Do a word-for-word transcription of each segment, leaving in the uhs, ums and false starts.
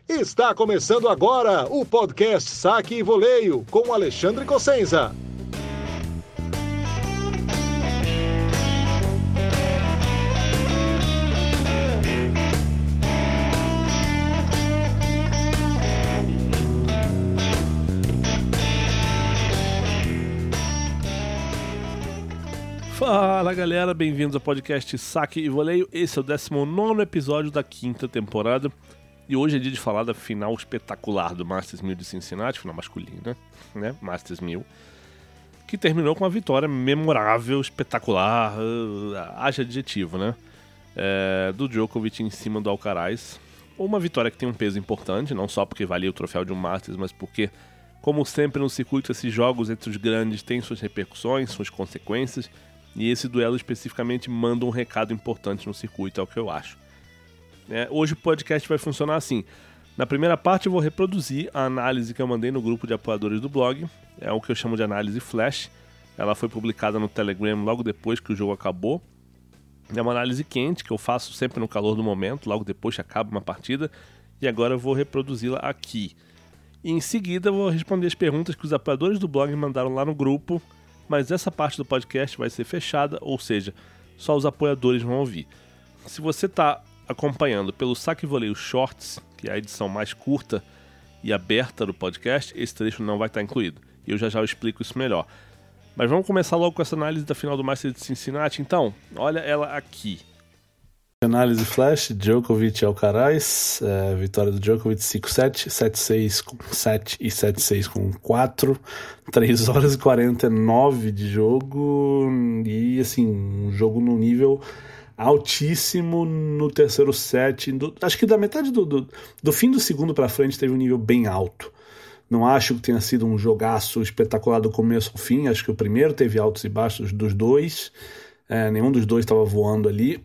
Está começando agora o podcast Saque e Voleio com Alexandre Cossenza. Fala galera, bem-vindos ao podcast Saque e Voleio. Esse é o dezesseis episódio da quinta temporada e hoje é dia de falar da final espetacular do Masters mil de Cincinnati, final masculina, né, Masters mil, que terminou com uma vitória memorável, espetacular, uh, haja adjetivo, né, é, do Djokovic em cima do Alcaraz. Uma vitória que tem um peso importante, não só porque valia o troféu de um Masters, mas porque, como sempre no circuito, esses jogos entre os grandes têm suas repercussões, suas consequências. E esse duelo especificamente manda um recado importante no circuito, é o que eu acho. É, hoje o podcast vai funcionar assim. Na primeira parte eu vou reproduzir a análise que eu mandei no grupo de apoiadores do blog. É o que eu chamo de análise flash. Ela foi publicada no Telegram logo depois que o jogo acabou. É uma análise quente que eu faço sempre no calor do momento, logo depois que acaba uma partida. E agora eu vou reproduzi-la aqui. E em seguida eu vou responder as perguntas que os apoiadores do blog mandaram lá no grupo. Mas essa parte do podcast vai ser fechada, ou seja, só os apoiadores vão ouvir. Se você está acompanhando pelo Saque e Voleio Shorts, que é a edição mais curta e aberta do podcast, esse trecho não vai estar incluído. E eu já já explico isso melhor. Mas vamos começar logo com essa análise da final do Masters de Cincinnati. Então, olha ela aqui. Análise flash, Djokovic e Alcaraz, é, vitória do Djokovic cinco sete, sete seis com sete e sete seis com quatro, três horas e quarenta e nove de jogo e assim, um jogo num nível altíssimo no terceiro set, do, acho que da metade do, do, do fim do segundo para frente teve um nível bem alto. Não acho que tenha sido um jogaço espetacular do começo ao fim, acho que o primeiro teve altos e baixos dos dois, é, nenhum dos dois estava voando ali.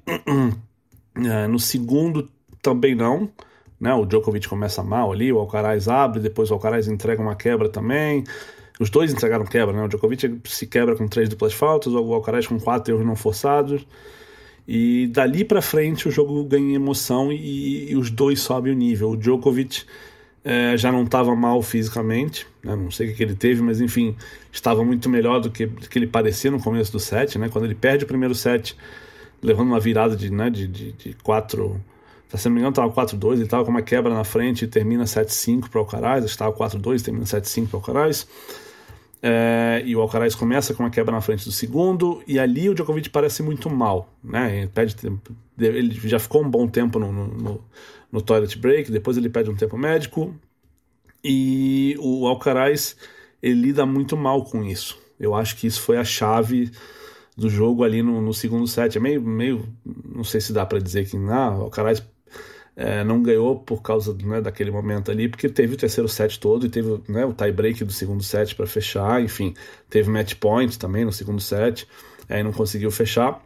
É, no segundo também não, né? O Djokovic começa mal ali, o Alcaraz abre, depois o Alcaraz entrega uma quebra também. Os dois entregaram quebra, né? O Djokovic se quebra com três duplas faltas, o Alcaraz com quatro erros não forçados. E dali pra frente o jogo ganha emoção e, e os dois sobem o nível. O Djokovic é, já não estava mal fisicamente, né? Não sei o que, que ele teve, mas enfim, estava muito melhor do que, do que ele parecia no começo do set, né? Quando ele perde o primeiro set, levando uma virada de, né, de, de, de quatro, se não me engano estava quatro dois, ele estava com uma quebra na frente e termina sete cinco para o Alcaraz, estava quatro dois, termina sete cinco para o Alcaraz, é, e o Alcaraz começa com uma quebra na frente do segundo, e ali o Djokovic parece muito mal, né? Ele, pede tempo, ele já ficou um bom tempo no, no, no, no toilet break, depois ele pede um tempo médico, e o Alcaraz ele lida muito mal com isso. Eu acho que isso foi a chave do jogo ali no, no segundo set. É meio, meio, não sei se dá para dizer que ah, o Alcaraz é, não ganhou por causa, né, daquele momento ali, porque teve o terceiro set todo e teve, né, o tie break do segundo set para fechar, enfim, teve match point também no segundo set, aí não conseguiu fechar,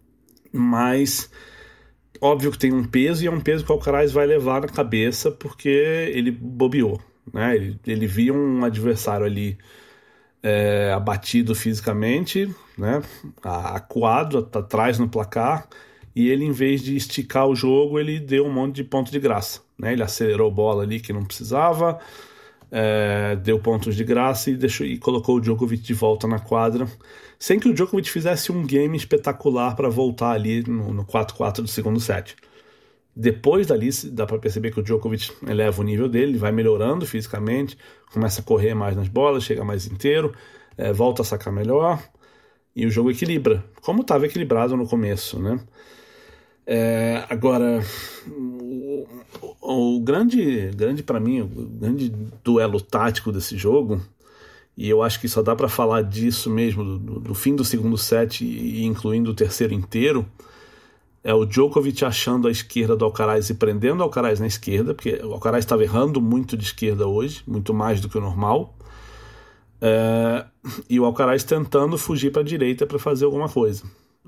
mas óbvio que tem um peso, e é um peso que o Alcaraz vai levar na cabeça porque ele bobeou, né? ele, ele via um adversário ali É, abatido fisicamente, né, acuado atrás no placar, e ele, em vez de esticar o jogo, ele deu um monte de ponto de graça, né? Ele acelerou bola ali que não precisava, é, deu pontos de graça e, deixou, e colocou o Djokovic de volta na quadra, sem que o Djokovic fizesse um game espetacular para voltar ali no, no quatro quatro do segundo set. Depois dali dá para perceber que o Djokovic eleva o nível dele, ele vai melhorando fisicamente, começa a correr mais nas bolas, chega mais inteiro, é, volta a sacar melhor e o jogo equilibra, como estava equilibrado no começo, né? É, agora, o, o, o grande, grande para mim, o grande duelo tático desse jogo, e eu acho que só dá para falar disso mesmo, do, do fim do segundo set e incluindo o terceiro inteiro, é o Djokovic achando a esquerda do Alcaraz e prendendo o Alcaraz na esquerda, porque o Alcaraz estava errando muito de esquerda hoje, muito mais do que o normal, é, e o Alcaraz tentando fugir para a direita para fazer alguma coisa.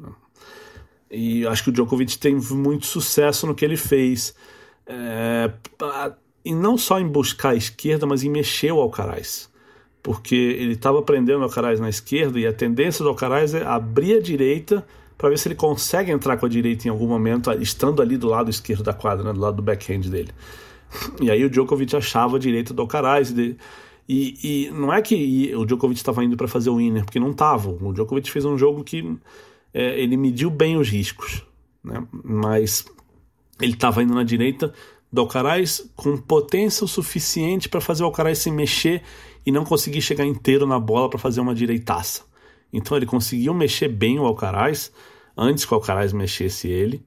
E acho que o Djokovic tem muito sucesso no que ele fez, é, e não só em buscar a esquerda, mas em mexer o Alcaraz, porque ele estava prendendo o Alcaraz na esquerda e a tendência do Alcaraz é abrir a direita para ver se ele consegue entrar com a direita em algum momento, estando ali do lado esquerdo da quadra, né, do lado do backhand dele. E aí o Djokovic achava a direita do Alcaraz. E, e, e não é que o Djokovic estava indo para fazer o winner, porque não estava. O Djokovic fez um jogo que é, ele mediu bem os riscos, né? Mas ele estava indo na direita do Alcaraz com potência o suficiente para fazer o Alcaraz se mexer e não conseguir chegar inteiro na bola para fazer uma direitaça. Então ele conseguiu mexer bem o Alcaraz antes que o Alcaraz mexesse ele,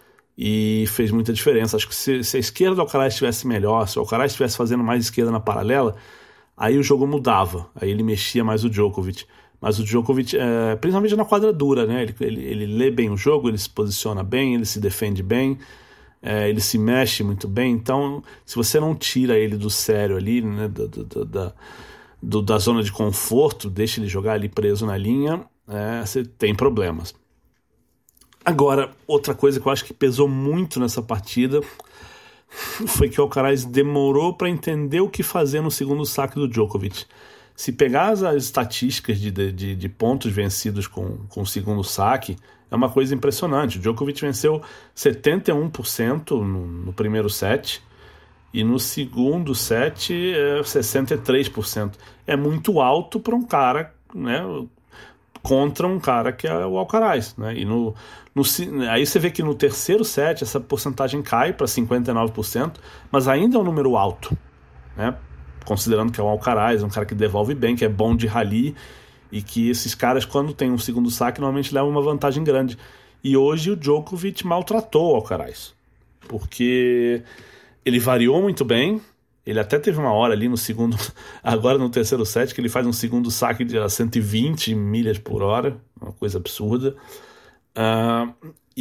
e fez muita diferença. Acho que se, se a esquerda do Alcaraz estivesse melhor, se o Alcaraz estivesse fazendo mais esquerda na paralela, aí o jogo mudava, aí ele mexia mais o Djokovic. Mas o Djokovic, é, principalmente na quadra dura, né? ele, ele, ele lê bem o jogo, ele se posiciona bem, ele se defende bem, é, ele se mexe muito bem. Então, se você não tira ele do sério ali, né, do, do, do, da, do, da zona de conforto, deixa ele jogar ali preso na linha, é, você tem problemas. Agora, outra coisa que eu acho que pesou muito nessa partida foi que o Alcaraz demorou para entender o que fazer no segundo saque do Djokovic. Se pegar as estatísticas de, de, de pontos vencidos com, com o segundo saque, é uma coisa impressionante. O Djokovic venceu setenta e um por cento no, no primeiro set e no segundo set é sessenta e três por cento. É muito alto para um cara, né, contra um cara que é o Alcaraz, né? E no, no, aí você vê que no terceiro set essa porcentagem cai para cinquenta e nove por cento, mas ainda é um número alto, né? Considerando que é o Alcaraz, um cara que devolve bem, que é bom de rally, e que esses caras, quando tem um segundo saque, normalmente levam uma vantagem grande. E hoje o Djokovic maltratou o Alcaraz, porque ele variou muito bem. Ele até teve uma hora ali no segundo, agora no terceiro set, que ele faz um segundo saque de cento e vinte milhas por hora, uma coisa absurda. Uh,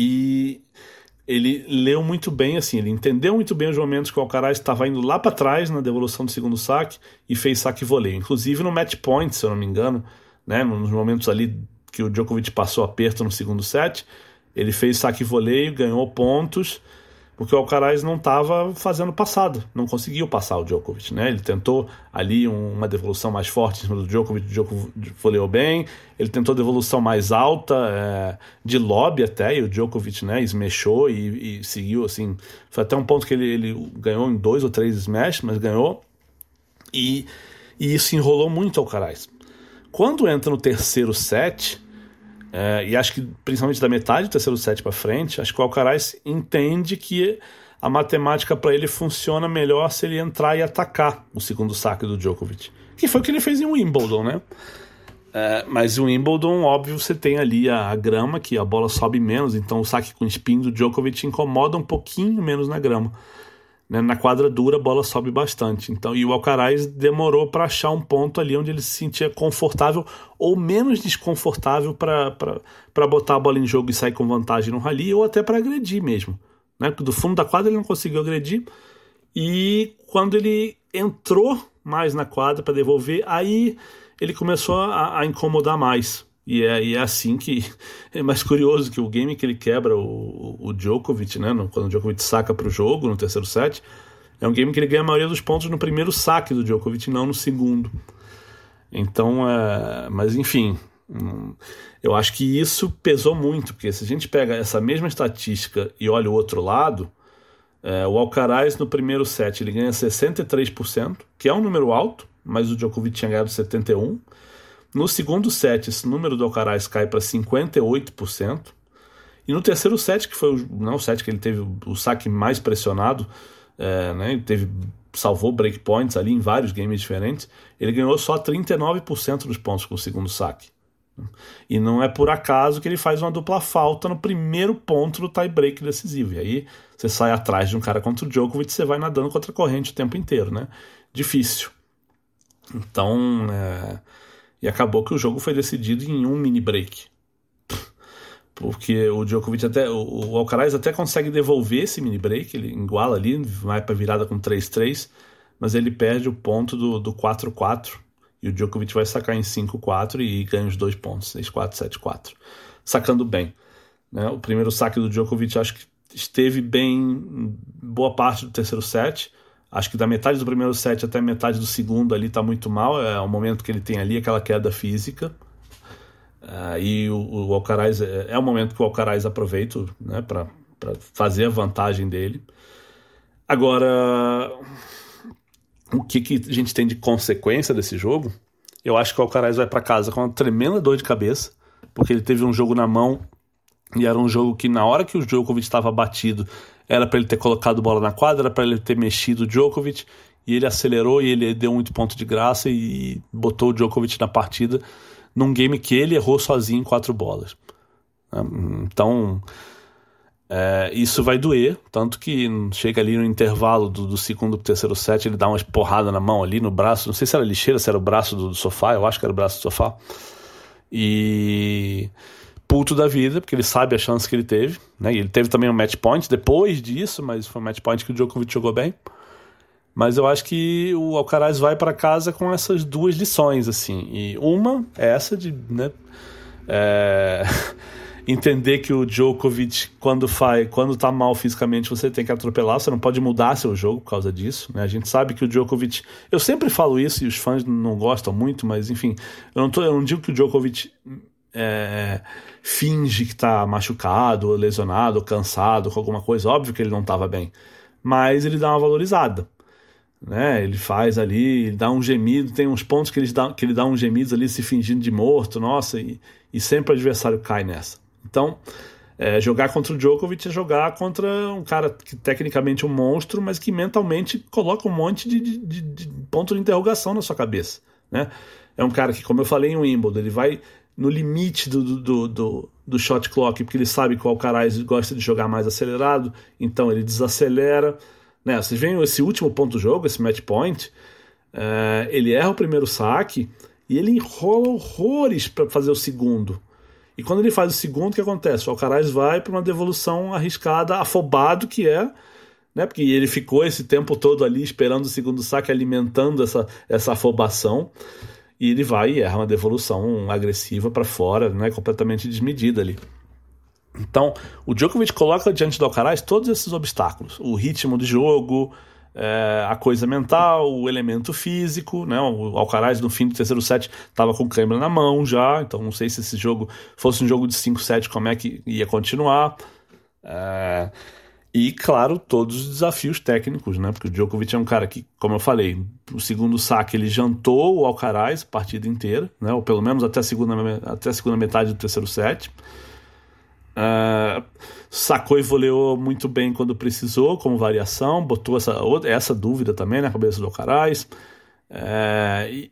e ele leu muito bem, assim, ele entendeu muito bem os momentos que o Alcaraz estava indo lá para trás na devolução do segundo saque e fez saque e voleio. Inclusive no match point, se eu não me engano, né, nos momentos ali que o Djokovic passou aperto no segundo set, ele fez saque e voleio, ganhou pontos, porque o Alcaraz não estava fazendo passado, não conseguiu passar o Djokovic, né? Ele tentou ali um, uma devolução mais forte em cima do Djokovic, o Djokovic voleou bem, ele tentou devolução mais alta, é, de lobby até, e o Djokovic, né, esmechou e, e seguiu, assim, foi até um ponto que ele, ele ganhou em dois ou três smash, mas ganhou, e, e isso enrolou muito o Alcaraz. Quando entra no terceiro set, É, e acho que principalmente da metade do terceiro set para frente, acho que o Alcaraz entende que a matemática para ele funciona melhor se ele entrar e atacar o segundo saque do Djokovic, que foi o que ele fez em Wimbledon, né? É, mas em Wimbledon, óbvio, você tem ali a, a grama, que a bola sobe menos, então o saque com spin do Djokovic incomoda um pouquinho menos na grama. Na quadra dura a bola sobe bastante, então, e o Alcaraz demorou para achar um ponto ali onde ele se sentia confortável ou menos desconfortável para botar a bola em jogo e sair com vantagem no rally, ou até para agredir mesmo, né? Do fundo da quadra ele não conseguiu agredir, e quando ele entrou mais na quadra para devolver, aí ele começou a, a incomodar mais. E é, e é assim que é mais curioso que o game que ele quebra o, o Djokovic, né, no, quando o Djokovic saca para o jogo no terceiro set, é um game que ele ganha a maioria dos pontos no primeiro saque do Djokovic, não no segundo. Então, é, mas enfim, eu acho que isso pesou muito, porque se a gente pega essa mesma estatística e olha o outro lado, é, o Alcaraz no primeiro set ele ganha sessenta e três por cento, que é um número alto, mas o Djokovic tinha ganhado setenta e um por cento. No segundo set, esse número do Alcaraz cai para cinquenta e oito por cento. E no terceiro set, que foi o, não, o set que ele teve o saque mais pressionado, é, né, ele teve, salvou breakpoints ali em vários games diferentes, ele ganhou só trinta e nove por cento dos pontos com o segundo saque. E não é por acaso que ele faz uma dupla falta no primeiro ponto do tie-break decisivo. E aí você sai atrás de um cara contra o Djokovic, você vai nadando contra a corrente o tempo inteiro, né? Difícil. Então, é... E acabou que o jogo foi decidido em um mini break. Porque o Djokovic até. O Alcaraz até consegue devolver esse mini break, ele iguala ali, vai para virada com três a três, mas ele perde o ponto do, do quatro a quatro. E o Djokovic vai sacar em cinco a quatro e ganha os dois pontos, seis a quatro, sete a quatro. Sacando bem. Né? O primeiro saque do Djokovic acho que esteve bem boa parte do terceiro set. Acho que da metade do primeiro set até metade do segundo ali tá muito mal. É o momento que ele tem ali aquela queda física. Uh, e o, o Alcaraz é, é o momento que o Alcaraz aproveita, né, para fazer a vantagem dele. Agora, o que, que a gente tem de consequência desse jogo? Eu acho que o Alcaraz vai para casa com uma tremenda dor de cabeça, porque ele teve um jogo na mão e era um jogo que na hora que o Djokovic estava batido era para ele ter colocado bola na quadra, era para ele ter mexido o Djokovic, e ele acelerou e ele deu muito ponto de graça e botou o Djokovic na partida num game que ele errou sozinho em quatro bolas. Então é, isso vai doer, tanto que chega ali no intervalo do, do segundo pro terceiro set, ele dá umas porradas na mão ali no braço, não sei se era lixeira, se era o braço do, do sofá, eu acho que era o braço do sofá, e puto da vida, porque ele sabe a chance que ele teve, né? E ele teve também um match point depois disso, mas foi um match point que o Djokovic jogou bem. Mas eu acho que o Alcaraz vai para casa com essas duas lições, assim, e uma é essa de, né, é... entender que o Djokovic, quando faz, quando tá mal fisicamente, você tem que atropelar, você não pode mudar seu jogo por causa disso, né? A gente sabe que o Djokovic, eu sempre falo isso e os fãs não gostam muito, mas enfim, eu não, tô, eu não digo que o Djokovic é, finge que tá machucado, lesionado, cansado com alguma coisa, óbvio que ele não tava bem, mas ele dá uma valorizada, né? Ele faz ali, ele dá um gemido, tem uns pontos que ele dá, que ele dá uns gemidos ali se fingindo de morto, nossa, e, e sempre o adversário cai nessa. Então, é, jogar contra o Djokovic é jogar contra um cara que tecnicamente é um monstro, mas que mentalmente coloca um monte de, de, de, de ponto de interrogação na sua cabeça, né? É um cara que, como eu falei em Wimbledon, ele vai no limite do, do, do, do shot clock, porque ele sabe que o Alcaraz gosta de jogar mais acelerado, então ele desacelera, né? Vocês veem esse último ponto do jogo, esse match point, é, ele erra o primeiro saque e ele enrola horrores para fazer o segundo. E quando ele faz o segundo, o que acontece? O Alcaraz vai para uma devolução arriscada, afobado que é, né? Porque ele ficou esse tempo todo ali esperando o segundo saque, alimentando essa, essa afobação, e ele vai e erra uma devolução agressiva para fora, né? Completamente desmedida ali. Então, o Djokovic coloca diante do Alcaraz todos esses obstáculos, o ritmo de jogo, é, a coisa mental, o elemento físico, né? O Alcaraz no fim do terceiro set estava com câimbra na mão já, então não sei se esse jogo fosse um jogo de cinco sete, como é que ia continuar, é, e claro, todos os desafios técnicos, né? Porque o Djokovic é um cara que, como eu falei, o segundo saque ele jantou o Alcaraz a partida inteira, né? Ou pelo menos até a segunda, até a segunda metade do terceiro set. Uh, sacou e voleou muito bem quando precisou, como variação, botou essa, essa dúvida também na cabeça do Alcaraz, uh, e,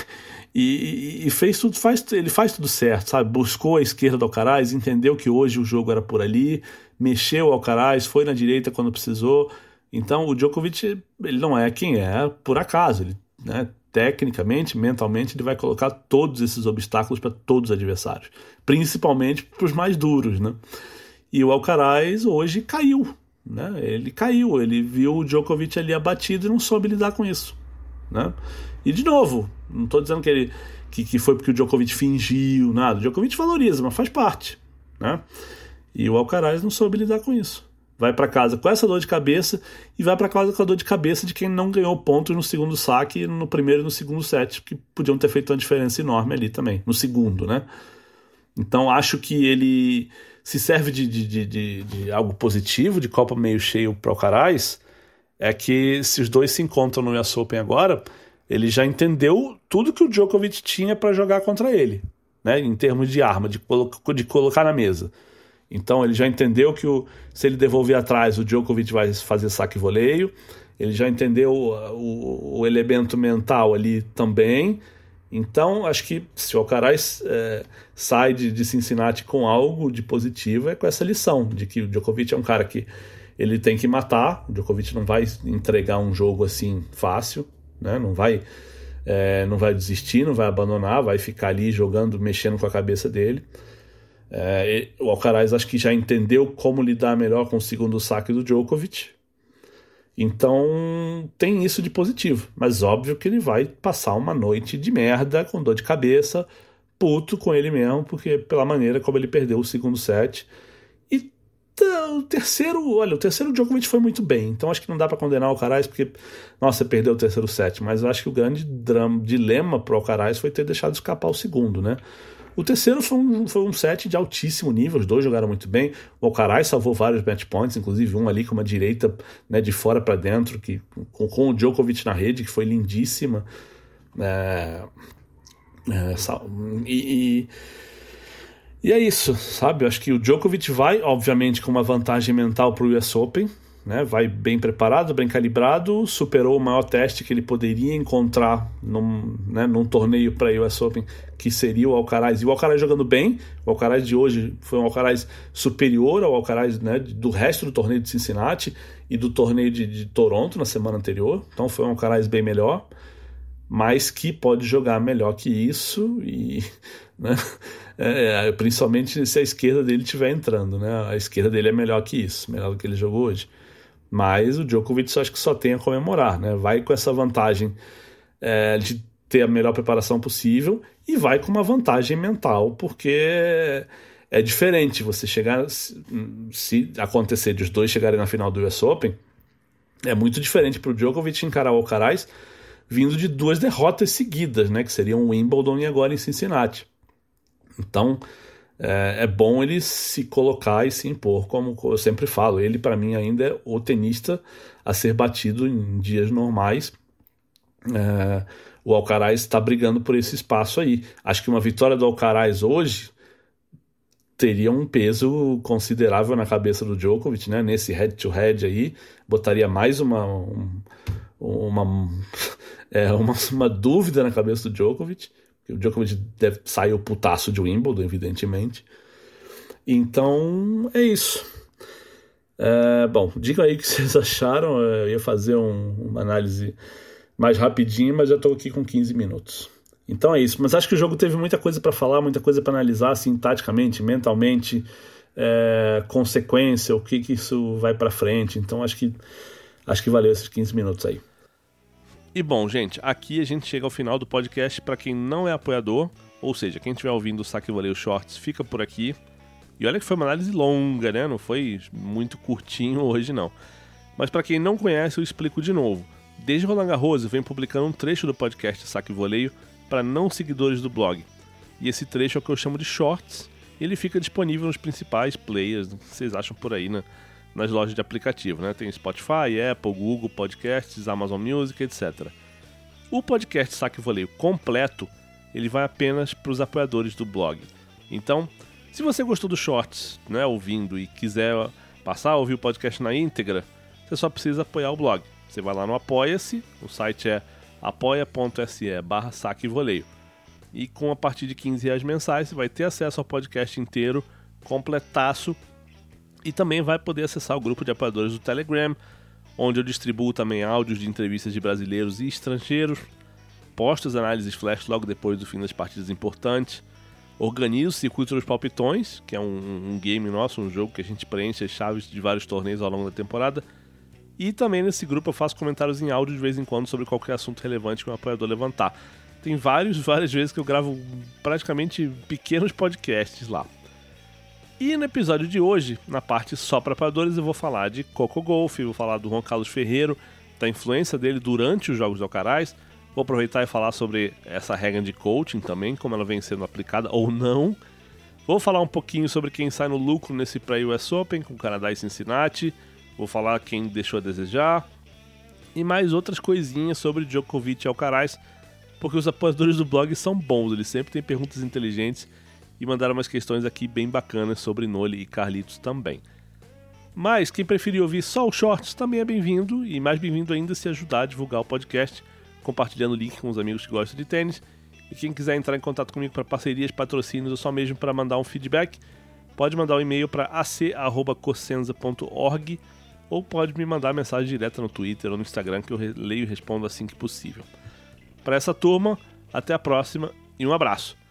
e, e fez tudo, faz, ele faz tudo certo, sabe? Buscou a esquerda do Alcaraz, entendeu que hoje o jogo era por ali, mexeu o Alcaraz, foi na direita quando precisou. Então o Djokovic, ele não é quem é por acaso, ele, né, tecnicamente, mentalmente, ele vai colocar todos esses obstáculos para todos os adversários, principalmente para os mais duros, né? E o Alcaraz hoje caiu, né? Ele caiu, ele viu o Djokovic ali abatido e não soube lidar com isso, né? E de novo, não estou dizendo que, ele, que, que foi porque o Djokovic fingiu, nada. O Djokovic valoriza, mas faz parte, né? E o Alcaraz não soube lidar com isso. Vai para casa com essa dor de cabeça e vai para casa com a dor de cabeça de quem não ganhou pontos no segundo saque, no primeiro e no segundo set, que podiam ter feito uma diferença enorme ali também, no segundo, né? Então acho que ele se serve de, de, de, de, de algo positivo, de copo meio cheio para o Alcaraz, é que se os dois se encontram no U S Open agora, ele já entendeu tudo que o Djokovic tinha para jogar contra ele, né? Em termos de arma, de, colo- de colocar na mesa. Então ele já entendeu que o, se ele devolver atrás, o Djokovic vai fazer saque e voleio. Ele já entendeu o, o, o elemento mental ali também. Então acho que se o Alcaraz é, sai de, de Cincinnati com algo de positivo, é com essa lição de que o Djokovic é um cara que ele tem que matar. O Djokovic não vai entregar um jogo assim fácil, né? Não vai, é, não vai desistir, não vai abandonar, vai ficar ali jogando, mexendo com a cabeça dele. É, o Alcaraz acho que já entendeu como lidar melhor com o segundo saque do Djokovic, então tem isso de positivo, mas óbvio que ele vai passar uma noite de merda, com dor de cabeça, puto com ele mesmo, porque pela maneira como ele perdeu o segundo set. E o terceiro, olha, o terceiro Djokovic foi muito bem, então acho que não dá para condenar o Alcaraz porque, nossa, perdeu o terceiro set, mas eu acho que o grande drama, dilema pro Alcaraz foi ter deixado escapar o segundo, né? O terceiro foi um, foi um set de altíssimo nível, os dois jogaram muito bem. O Alcaraz salvou vários match points, inclusive um ali com uma direita, né, de fora para dentro, que, com, com o Djokovic na rede, que foi lindíssima. É, é, e, e, e é isso, sabe? Eu acho que o Djokovic vai, obviamente, com uma vantagem mental para o U S Open, né? Vai bem preparado, bem calibrado, superou o maior teste que ele poderia encontrar num, né, num torneio para U S Open, que seria o Alcaraz. E o Alcaraz jogando bem, o Alcaraz de hoje foi um Alcaraz superior ao Alcaraz, né, do resto do torneio de Cincinnati e do torneio de, de Toronto na semana anterior. Então foi um Alcaraz bem melhor, mas que pode jogar melhor que isso, e, né, é, principalmente se a esquerda dele estiver entrando, né? A esquerda dele é melhor que isso, melhor do que ele jogou hoje. Mas o Djokovic acho que só tem a comemorar, né? Vai com essa vantagem é, de ter a melhor preparação possível e vai com uma vantagem mental, porque é diferente você chegar, se, se acontecer de os dois chegarem na final do U S Open, é muito diferente para o Djokovic encarar o Alcaraz vindo de duas derrotas seguidas, né? Que seriam Wimbledon e agora em Cincinnati. Então é, é bom ele se colocar e se impor, como eu sempre falo. Ele, para mim, ainda é o tenista a ser batido em dias normais. É, o Alcaraz está brigando por esse espaço aí. Acho que uma vitória do Alcaraz hoje teria um peso considerável na cabeça do Djokovic, né? Nesse head-to-head aí, botaria mais uma, um, uma, é, uma, uma dúvida na cabeça do Djokovic. O Djokovic deve sair o putaço de Wimbledon, evidentemente. Então, é isso. É, bom, digam aí o que vocês acharam. Eu ia fazer um, uma análise mais rapidinha, mas já estou aqui com quinze minutos. Então é isso. Mas acho que o jogo teve muita coisa para falar, muita coisa para analisar, assim, taticamente, mentalmente, é, consequência, o que, que isso vai para frente. Então acho que, acho que valeu esses quinze minutos aí. E bom, gente, aqui a gente chega ao final do podcast. Para quem não é apoiador, ou seja, quem estiver ouvindo o Saque e Voleio Shorts, fica por aqui. E olha que foi uma análise longa, né? Não foi muito curtinho hoje, não. Mas para quem não conhece, eu explico de novo. Desde Roland Garros, eu venho publicando um trecho do podcast Saque e Voleio para não seguidores do blog. E esse trecho é o que eu chamo de Shorts. E ele fica disponível nos principais players que vocês acham por aí, né? Nas lojas de aplicativo, né? Tem Spotify, Apple, Google Podcasts, Amazon Music, etcétera. O podcast Saque e Voleio completo, ele vai apenas para os apoiadores do blog. Então, se você gostou do Shorts, né, ouvindo, e quiser passar a ouvir o podcast na íntegra, você só precisa apoiar o blog. Você vai lá no Apoia-se, o site é apoia.se barra saque e voleio. E com a partir de quinze reais mensais, você vai ter acesso ao podcast inteiro, completaço. E também vai poder acessar o grupo de apoiadores do Telegram, onde eu distribuo também áudios de entrevistas de brasileiros e estrangeiros, posto as análises flash logo depois do fim das partidas importantes, organizo o Circuito dos Palpitões, que é um, um game nosso, um jogo que a gente preenche as chaves de vários torneios ao longo da temporada, e também nesse grupo eu faço comentários em áudio de vez em quando sobre qualquer assunto relevante que um apoiador levantar. Tem vários, várias vezes que eu gravo praticamente pequenos podcasts lá. E no episódio de hoje, na parte só para apoiadores, eu vou falar de Coco Gauff, vou falar do Juan Carlos Ferrero, da influência dele durante os jogos do Alcaraz. Vou aproveitar e falar sobre essa regra de coaching também, como ela vem sendo aplicada ou não. Vou falar um pouquinho sobre quem sai no lucro nesse pré-U S Open, com Canadá e Cincinnati. Vou falar quem deixou a desejar. E mais outras coisinhas sobre Djokovic e Alcaraz, porque os apoiadores do blog são bons, eles sempre têm perguntas inteligentes e mandaram umas questões aqui bem bacanas sobre Nole e Carlitos também. Mas quem preferir ouvir só os shorts também é bem-vindo, e mais bem-vindo ainda se ajudar a divulgar o podcast, compartilhando o link com os amigos que gostam de tênis. E quem quiser entrar em contato comigo para parcerias, patrocínios ou só mesmo para mandar um feedback, pode mandar um e-mail para a c arroba cosenza ponto org ou pode me mandar mensagem direta no Twitter ou no Instagram, que eu leio e respondo assim que possível. Para essa turma, até a próxima e um abraço!